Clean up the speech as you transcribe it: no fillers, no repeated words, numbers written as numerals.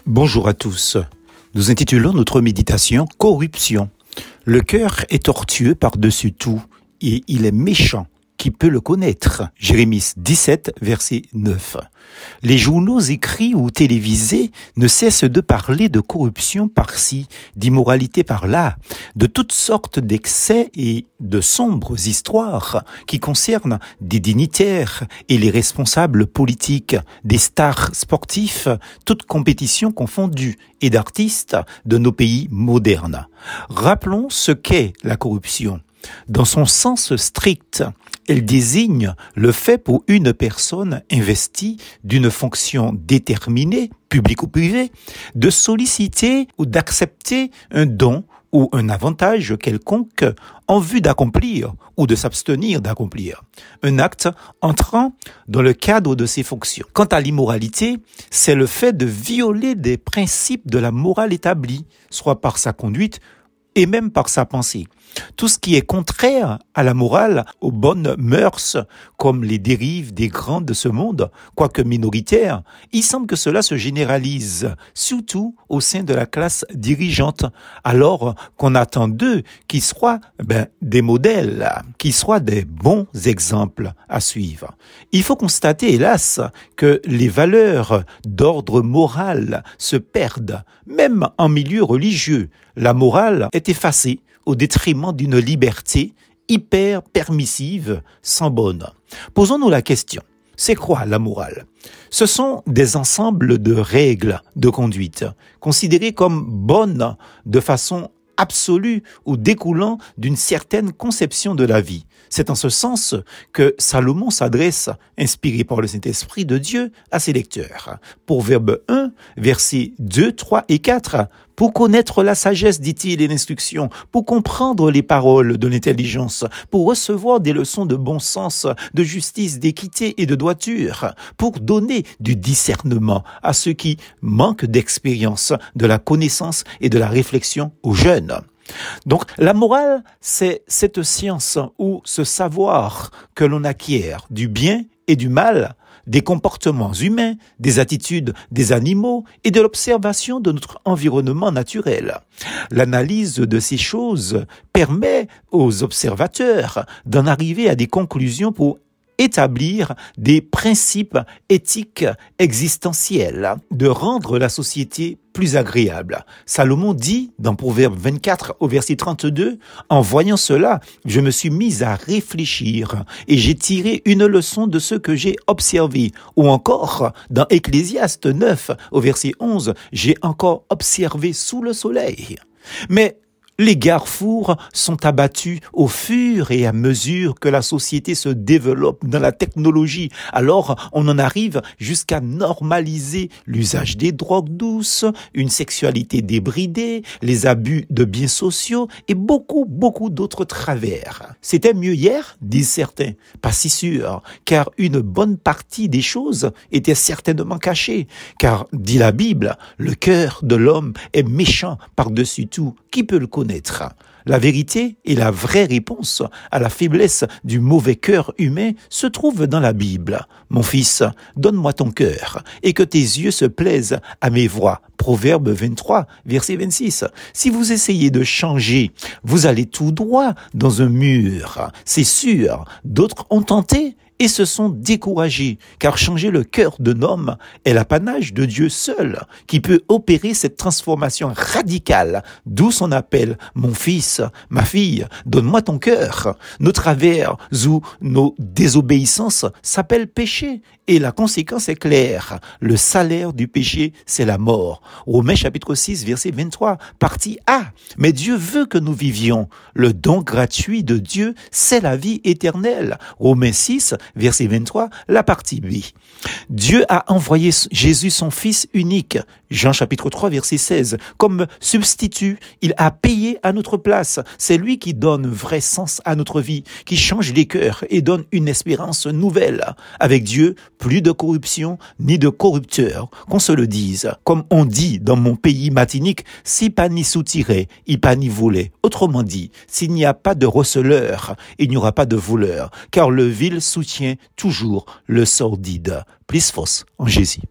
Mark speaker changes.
Speaker 1: Bonjour à tous. Nous intitulons notre méditation « Corruption ». Le cœur est tortueux par-dessus tout et il est méchant. Qui peut le connaître? Jérémie 17, verset 9. Les journaux écrits ou télévisés ne cessent de parler de corruption par-ci, d'immoralité par-là, de toutes sortes d'excès et de sombres histoires qui concernent des dignitaires et les responsables politiques, des stars sportifs, toutes compétitions confondues, et d'artistes de nos pays modernes. Rappelons ce qu'est la corruption. Dans son sens strict, elle désigne le fait pour une personne investie d'une fonction déterminée, publique ou privée, de solliciter ou d'accepter un don ou un avantage quelconque en vue d'accomplir ou de s'abstenir d'accomplir un acte entrant dans le cadre de ses fonctions. Quant à l'immoralité, c'est le fait de violer des principes de la morale établie, soit par sa conduite et même par sa pensée. Tout ce qui est contraire à la morale, aux bonnes mœurs, comme les dérives des grands de ce monde, quoique minoritaires, il semble que cela se généralise, surtout au sein de la classe dirigeante, alors qu'on attend d'eux qu'ils soient des modèles, qu'ils soient des bons exemples à suivre. Il faut constater, hélas, que les valeurs d'ordre moral se perdent, même en milieu religieux. La morale est effacée au détriment d'une liberté hyper permissive, sans borne. Posons-nous la question, c'est quoi la morale? Ce sont des ensembles de règles de conduite, considérées comme bonnes de façon absolue ou découlant d'une certaine conception de la vie. C'est en ce sens que Salomon s'adresse, inspiré par le Saint-Esprit de Dieu, à ses lecteurs. Proverbe 1, versets 2, 3 et 4. Pour connaître la sagesse, dit-il, et l'instruction, pour comprendre les paroles de l'intelligence, pour recevoir des leçons de bon sens, de justice, d'équité et de droiture, pour donner du discernement à ceux qui manquent d'expérience, de la connaissance et de la réflexion aux jeunes. Donc, la morale, c'est cette science ou ce savoir que l'on acquiert du bien et du mal, des comportements humains, des attitudes des animaux et de l'observation de notre environnement naturel. L'analyse de ces choses permet aux observateurs d'en arriver à des conclusions pour établir des principes éthiques existentiels, de rendre la société plus agréable. Salomon dit dans Proverbe 24 au verset 32, « En voyant cela, je me suis mis à réfléchir et j'ai tiré une leçon de ce que j'ai observé. » Ou encore, dans Ecclésiaste 9 au verset 11, « J'ai encore observé sous le soleil. » Mais les garde-fours sont abattus au fur et à mesure que la société se développe dans la technologie. Alors, on en arrive jusqu'à normaliser l'usage des drogues douces, une sexualité débridée, les abus de biens sociaux et beaucoup d'autres travers. C'était mieux hier, disent certains. Pas si sûr, car une bonne partie des choses était certainement cachée. Car, dit la Bible, le cœur de l'homme est méchant par-dessus tout. Qui peut le connaître? La vérité et la vraie réponse à la faiblesse du mauvais cœur humain se trouvent dans la Bible. Mon fils, donne-moi ton cœur et que tes yeux se plaisent à mes voies. Proverbe 23, verset 26. Si vous essayez de changer, vous allez tout droit dans un mur. C'est sûr, d'autres ont tenté et se sont découragés, car changer le cœur d'un homme est l'apanage de Dieu seul, qui peut opérer cette transformation radicale, d'où son appel, mon fils, ma fille, donne-moi ton cœur. Nos travers ou nos désobéissances s'appellent péché, et la conséquence est claire. Le salaire du péché, c'est la mort. Romains chapitre 6, verset 23, partie A. Mais Dieu veut que nous vivions. Le don gratuit de Dieu, c'est la vie éternelle. Romains 6, verset 23, la partie B. Dieu a envoyé Jésus, son Fils unique, Jean chapitre 3, verset 16, comme substitut. Il a payé à notre place. C'est lui qui donne vrai sens à notre vie, qui change les cœurs et donne une espérance nouvelle. Avec Dieu, plus de corruption ni de corrupteurs, qu'on se le dise. Comme on dit dans mon pays matinique, si pas ni soutiré, il pas ni volé. Autrement dit, s'il n'y a pas de receleur, il n'y aura pas de voleur, car le vil soutient toujours le sordide. Plus force en Jésus.